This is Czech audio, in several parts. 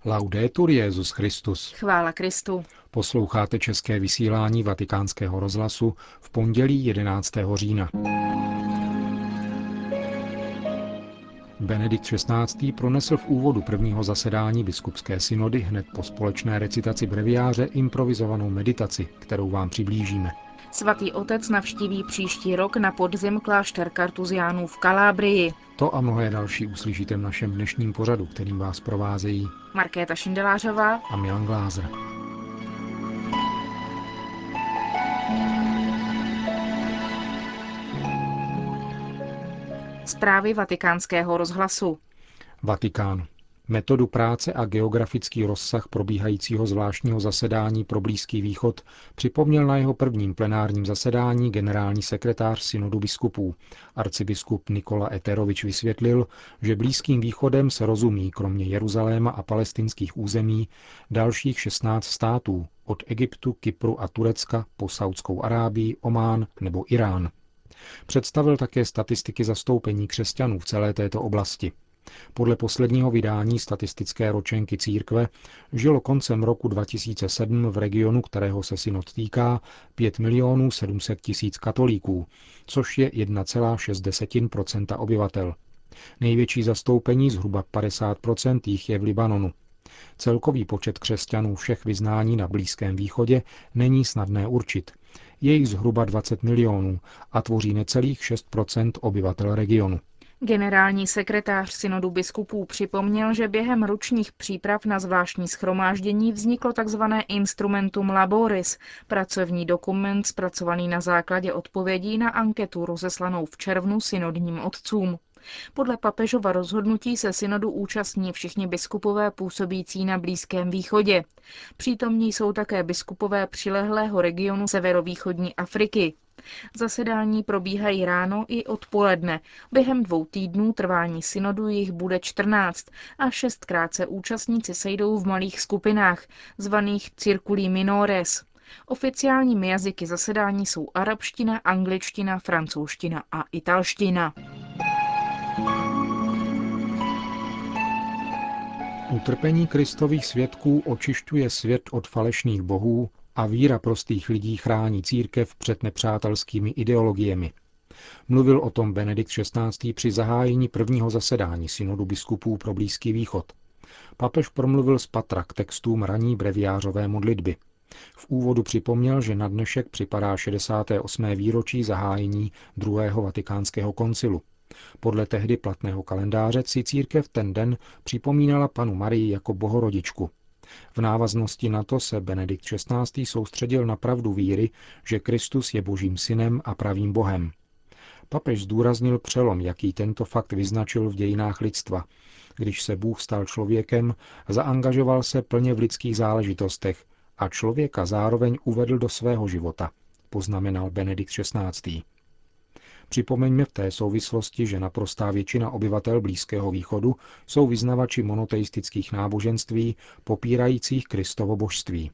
Laudetur Jesus Christus. Chvála Kristu. Posloucháte české vysílání Vatikánského rozhlasu v pondělí 11. října. Benedikt XVI. Pronesl v úvodu prvního zasedání biskupské synody hned po společné recitaci breviáře improvizovanou meditaci, kterou vám přiblížíme. Svatý otec navštíví příští rok na podzim klášter kartuziánů v Kalábrii. To a mnohé další uslyšíte v našem dnešním pořadu, kterým vás provázejí Markéta Šindelářová a Milan Glázer. Zprávy Vatikánského rozhlasu. Vatikán. Metodu práce a geografický rozsah probíhajícího zvláštního zasedání pro Blízký východ připomněl na jeho prvním plenárním zasedání generální sekretář synodu biskupů. Arcibiskup Nikola Eterovič vysvětlil, že Blízkým východem se rozumí kromě Jeruzaléma a palestinských území dalších 16 států, od Egyptu, Kypru a Turecka po Saudskou Arábii, Omán nebo Irán. Představil také statistiky zastoupení křesťanů v celé této oblasti. Podle posledního vydání statistické ročenky církve žilo koncem roku 2007 v regionu, kterého se synod týká, 5 700 000 katolíků, což je 1,6 % obyvatel. Největší zastoupení, zhruba 50% jich, je v Libanonu. Celkový počet křesťanů všech vyznání na Blízkém východě není snadné určit. Je jich zhruba 20 milionů a tvoří necelých 6% obyvatel regionu. Generální sekretář synodu biskupů připomněl, že během ročních příprav na zvláštní shromáždění vzniklo tzv. Instrumentum Laboris, pracovní dokument zpracovaný na základě odpovědí na anketu rozeslanou v červnu synodním otcům. Podle papežova rozhodnutí se synodu účastní všichni biskupové působící na Blízkém východě. Přítomní jsou také biskupové přilehlého regionu severovýchodní Afriky. Zasedání probíhají ráno i odpoledne. Během 2 týdnů trvání synodu jich bude 14 a 6krát se účastníci sejdou v malých skupinách, zvaných Circuli Minores. Oficiálními jazyky zasedání jsou arabština, angličtina, francouzština a italština. Utrpení Kristových svědků očišťuje svět od falešných bohů a víra prostých lidí chrání církev před nepřátelskými ideologiemi. Mluvil o tom Benedikt XVI. Při zahájení prvního zasedání synodu biskupů pro Blízký východ. Papež promluvil z patra k textům raní breviářové modlitby. V úvodu připomněl, že na dnešek připadá 68. výročí zahájení druhého vatikánského koncilu. Podle tehdy platného kalendáře si církev ten den připomínala Pannu Marii jako bohorodičku. V návaznosti na to se Benedikt XVI. Soustředil na pravdu víry, že Kristus je Božím synem a pravým Bohem. Papež zdůraznil přelom, jaký tento fakt vyznačil v dějinách lidstva, když se Bůh stal člověkem, zaangažoval se plně v lidských záležitostech a člověka zároveň uvedl do svého života, poznamenal Benedikt XVI. Připomeňme v té souvislosti, že naprostá většina obyvatel Blízkého východu jsou vyznavači monoteistických náboženství popírajících Kristovo božství.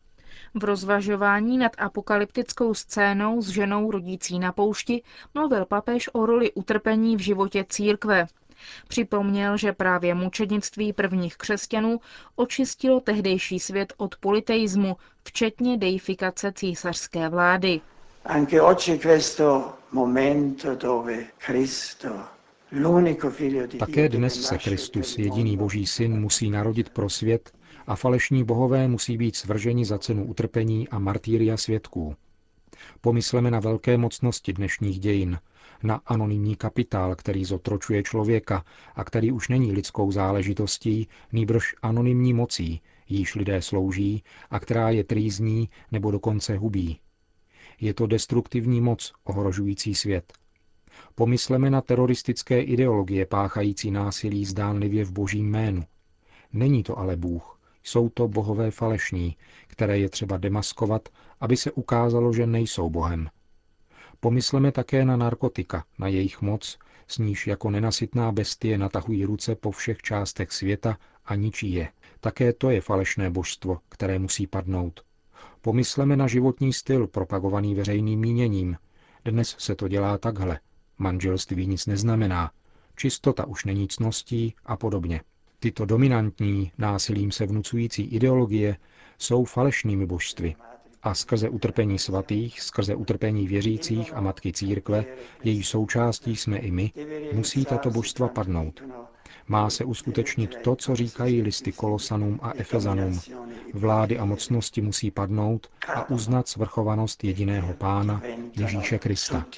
V rozvažování nad apokalyptickou scénou s ženou rodící na poušti mluvil papež o roli utrpení v životě církve. Připomněl, že právě mučednictví prvních křesťanů očistilo tehdejší svět od polyteismu, včetně deifikace císařské vlády. Anche oggi questo momento dove Cristo, l'unico figlio di Dio, Také dnes se Kristus, jediný Boží syn, musí narodit pro svět a falešní bohové musí být svrženi za cenu utrpení a martýria svědků. Pomysleme na velké mocnosti dnešních dějin, na anonymní kapitál, který zotročuje člověka a který už není lidskou záležitostí, nýbrž anonymní mocí, jíž lidé slouží a která je trýzní nebo dokonce hubí. Je to destruktivní moc ohrožující svět. Pomysleme na teroristické ideologie páchající násilí zdánlivě v Božím jménu. Není to ale Bůh, jsou to bohové falešní, které je třeba demaskovat, aby se ukázalo, že nejsou Bohem. Pomysleme také na narkotika, na jejich moc, s níž jako nenasytná bestie natahují ruce po všech částech světa a ničí je. Také to je falešné božstvo, které musí padnout. Pomysleme na životní styl propagovaný veřejným míněním. Dnes se to dělá takhle. Manželství nic neznamená. Čistota už není ctností a podobně. Tyto dominantní, násilím se vnucující ideologie jsou falešnými božstvy a skrze utrpení svatých, skrze utrpení věřících a matky církve, jejíž součástí jsme i my, musí tato božstva padnout. Má se uskutečnit to, co říkají listy Kolosanům a Efezanům. Vlády a mocnosti musí padnout a uznat svrchovanost jediného Pána, Ježíše Krista.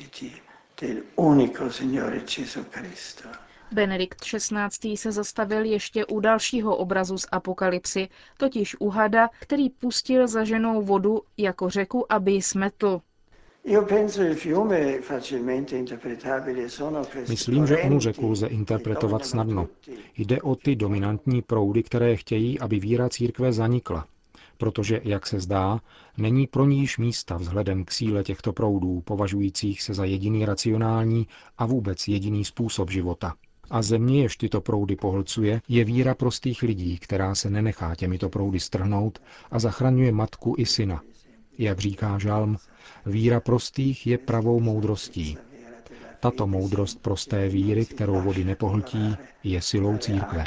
Benedikt XVI. Se zastavil ještě u dalšího obrazu z Apokalypsy, totiž u hada, který pustil za ženou vodu jako řeku, aby ji smetl. Myslím, že onu řeku lze interpretovat snadno. Jde o ty dominantní proudy, které chtějí, aby víra církve zanikla. Protože, jak se zdá, není pro ní již místa vzhledem k síle těchto proudů, považujících se za jediný racionální a vůbec jediný způsob života. A země, jež tyto proudy pohlcuje, je víra prostých lidí, která se nenechá těmito proudy strhnout a zachraňuje matku i syna. Jak říká žalm, víra prostých je pravou moudrostí. Tato moudrost prosté víry, kterou vody nepohltí, je silou církve.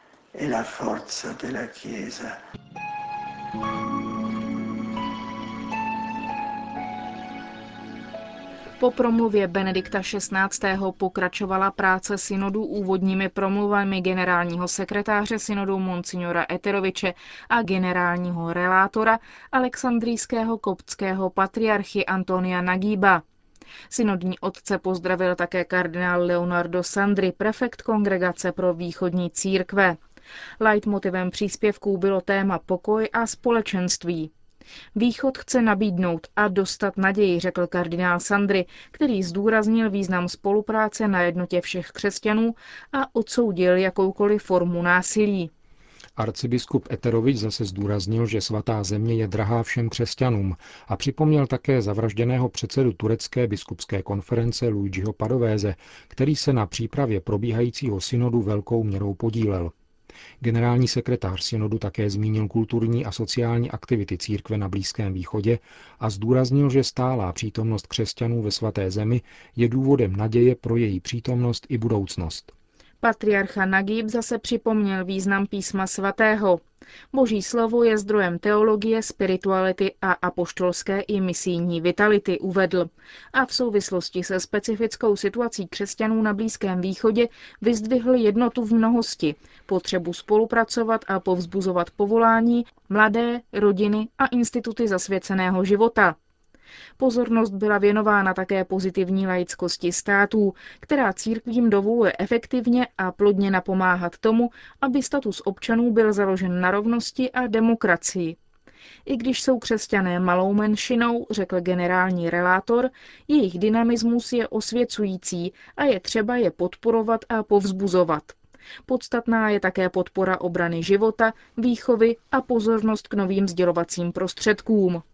Po promluvě Benedikta XVI. Pokračovala práce synodu úvodními promluvami generálního sekretáře synodu monsignora Eteroviče a generálního relátora alexandrijského koptského patriarchy Antonia Nagíba. Synodní otce pozdravil také kardinál Leonardo Sandri, prefekt Kongregace pro východní církve. Leitmotivem příspěvků bylo téma pokoj a společenství. Východ chce nabídnout a dostat naději, řekl kardinál Sandri, který zdůraznil význam spolupráce na jednotě všech křesťanů a odsoudil jakoukoliv formu násilí. Arcibiskup Eterovič zase zdůraznil, že svatá země je drahá všem křesťanům a připomněl také zavražděného předsedu turecké biskupské konference Luigiho Padovéze, který se na přípravě probíhajícího synodu velkou měrou podílel. Generální sekretář synodu také zmínil kulturní a sociální aktivity církve na Blízkém východě a zdůraznil, že stálá přítomnost křesťanů ve svaté zemi je důvodem naděje pro její přítomnost i budoucnost. Patriarcha Nagíb zase připomněl význam písma svatého. Boží slovo je zdrojem teologie, spirituality a apoštolské i misijní vitality, uvedl. A v souvislosti se specifickou situací křesťanů na Blízkém východě vyzdvihl jednotu v mnohosti, potřebu spolupracovat a povzbuzovat povolání, mladé, rodiny a instituty zasvěceného života. Pozornost byla věnována také pozitivní laickosti států, která církvím dovoluje efektivně a plodně napomáhat tomu, aby status občanů byl založen na rovnosti a demokracii. I když jsou křesťané malou menšinou, řekl generální relátor, jejich dynamismus je osvěcující a je třeba je podporovat a povzbuzovat. Podstatná je také podpora obrany života, výchovy a pozornost k novým sdělovacím prostředkům.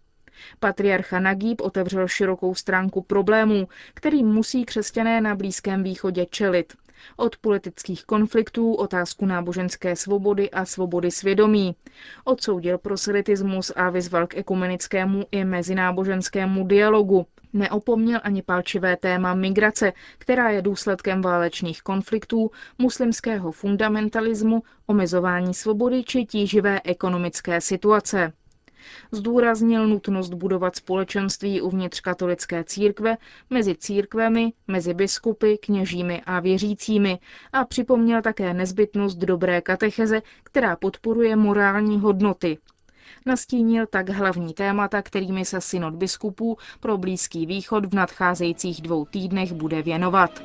Patriarcha Nagíb otevřel širokou stránku problémů, kterým musí křesťané na Blízkém východě čelit. Od politických konfliktů, otázku náboženské svobody a svobody svědomí. Odsoudil proselitismus a vyzval k ekumenickému i mezináboženskému dialogu. Neopomněl ani palčivé téma migrace, která je důsledkem válečných konfliktů, muslimského fundamentalismu, omezování svobody či tíživé ekonomické situace. Zdůraznil nutnost budovat společenství uvnitř katolické církve, mezi církvemi, mezi biskupy, kněžími a věřícími a připomněl také nezbytnost dobré katecheze, která podporuje morální hodnoty. Nastínil tak hlavní témata, kterými se synod biskupů pro Blízký východ v nadcházejících 2 týdnech bude věnovat.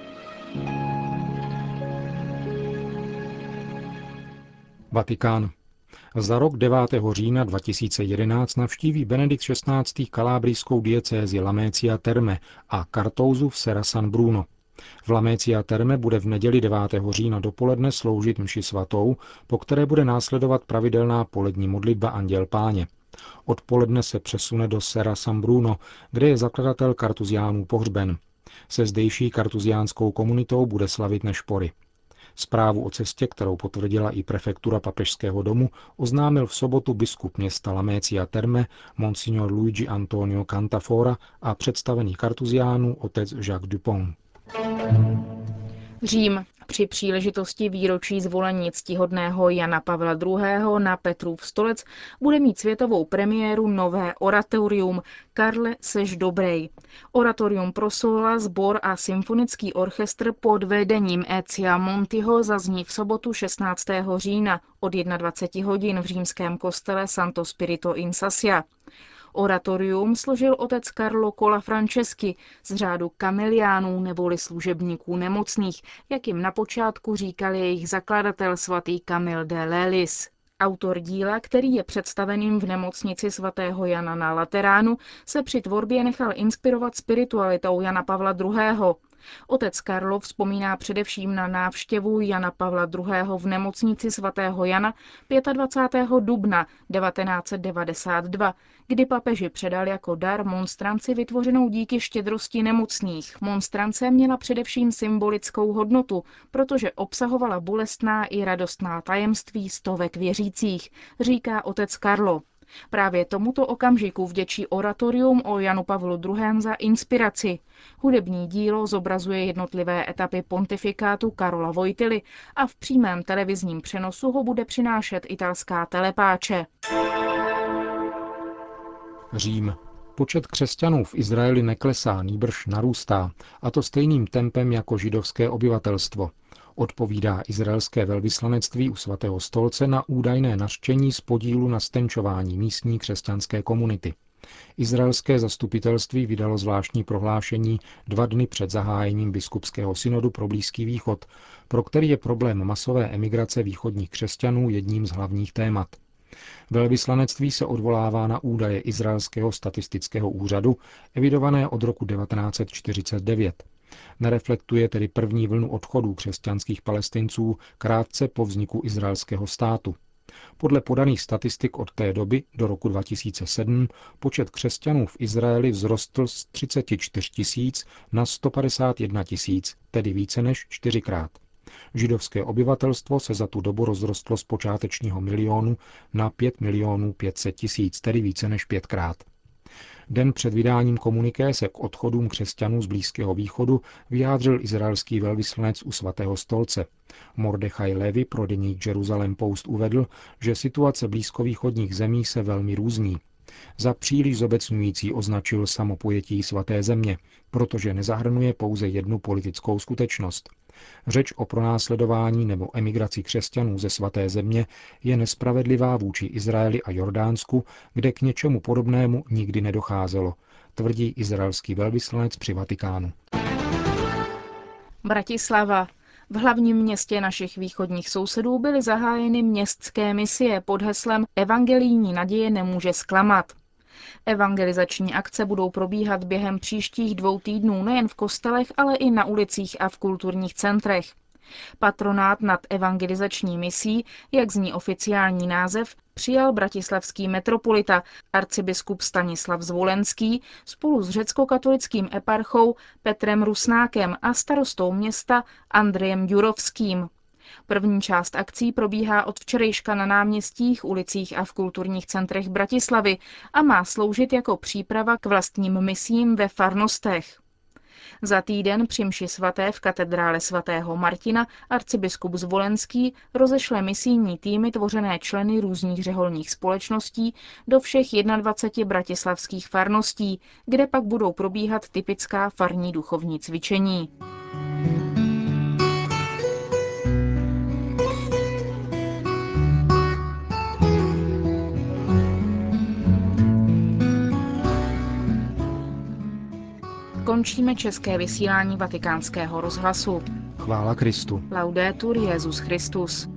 Vatikán. Za rok 9. října 2011 navštíví Benedikt XVI. Kalábrijskou diecézi Lamecia Terme a Kartouzu v Serra San Bruno. V Lamecia Terme bude v neděli 9. října dopoledne sloužit mši svatou, po které bude následovat pravidelná polední modlitba Anděl Páně. Odpoledne se přesune do Serra San Bruno, kde je zakladatel kartuziánů pohřben. Se zdejší kartuziánskou komunitou bude slavit nešpory. Zprávu o cestě, kterou potvrdila i prefektura papežského domu, oznámil v sobotu biskup města Lamecia Terme, monsignor Luigi Antonio Cantafora a představený kartuziánů otec Jacques Dupont. Řím. Při příležitosti výročí zvolení ctihodného Jana Pavla II. Na Petrův stolec bude mít světovou premiéru nové oratorium Karle, seš dobrej. Oratorium pro sóla, sbor a symfonický orchestr pod vedením Ezia Montiho zazní v sobotu 16. října od 21 hodin v římském kostele Santo Spirito in Sassia. Oratorium složil otec Carlo Colafranceschi z řádu kameliánů neboli služebníků nemocných, jak jim na počátku říkal jejich zakladatel svatý Camille de Lelis. Autor díla, který je představeným v nemocnici svatého Jana na Lateránu, se při tvorbě nechal inspirovat spiritualitou Jana Pavla II. Otec Karlo vzpomíná především na návštěvu Jana Pavla II. V nemocnici svatého Jana 25. dubna 1992, kdy papeži předal jako dar monstranci vytvořenou díky štědrosti nemocných. Monstrance měla především symbolickou hodnotu, protože obsahovala bolestná i radostná tajemství stovek věřících, říká otec Karlo. Právě tomuto okamžiku vděčí oratorium o Janu Pavlu II. Za inspiraci. Hudební dílo zobrazuje jednotlivé etapy pontifikátu Karola Wojtyly a v přímém televizním přenosu ho bude přinášet italská telepáče. Řím. Počet křesťanů v Izraeli neklesá, nýbrž narůstá, a to stejným tempem jako židovské obyvatelstvo, odpovídá izraelské velvyslanectví u svatého stolce na údajné nařčení z podílu na stenčování místní křesťanské komunity. Izraelské zastupitelství vydalo zvláštní prohlášení 2 dny před zahájením biskupského synodu pro Blízký východ, pro který je problém masové emigrace východních křesťanů jedním z hlavních témat. Velvyslanectví se odvolává na údaje Izraelského statistického úřadu, evidované od roku 1949. Nereflektuje tedy první vlnu odchodů křesťanských Palestinců krátce po vzniku izraelského státu. Podle podaných statistik od té doby do roku 2007 počet křesťanů v Izraeli vzrostl z 34 tisíc na 151 tisíc, tedy více než 4krát. Židovské obyvatelstvo se za tu dobu rozrostlo z počátečního milionu na 5 500 000, tedy více než 5krát. Den před vydáním komuniké se k odchodům křesťanů z Blízkého východu vyjádřil izraelský velvyslanec u svatého stolce. Mordechaj Levi pro deník Jerusalem Post uvedl, že situace blízkovýchodních zemí se velmi různí. Za příliš zobecňující označil samopojetí svaté země, protože nezahrnuje pouze jednu politickou skutečnost. Řeč o pronásledování nebo emigraci křesťanů ze svaté země je nespravedlivá vůči Izraeli a Jordánsku, kde k něčemu podobnému nikdy nedocházelo, tvrdí izraelský velvyslanec při Vatikánu. Bratislava. V hlavním městě našich východních sousedů byly zahájeny městské misie pod heslem Evangelijní naděje nemůže zklamat. Evangelizační akce budou probíhat během příštích 2 týdnů nejen v kostelech, ale i na ulicích a v kulturních centrech. Patronát nad evangelizační misí, jak zní oficiální název, přijal bratislavský metropolita arcibiskup Stanislav Zvolenský spolu s řeckokatolickým eparchou Petrem Rusnákem a starostou města Andrejem Jurovským. První část akcí probíhá od včerejška na náměstích, ulicích a v kulturních centrech Bratislavy a má sloužit jako příprava k vlastním misím ve farnostech. Za týden při mši svaté v katedrále svatého Martina arcibiskup Zvolenský rozešle misijní týmy tvořené členy různých řeholních společností do všech 21 bratislavských farností, kde pak budou probíhat typická farní duchovní cvičení. Končíme české vysílání Vatikánského rozhlasu. Chvála Kristu. Laudetur Jesus Christus.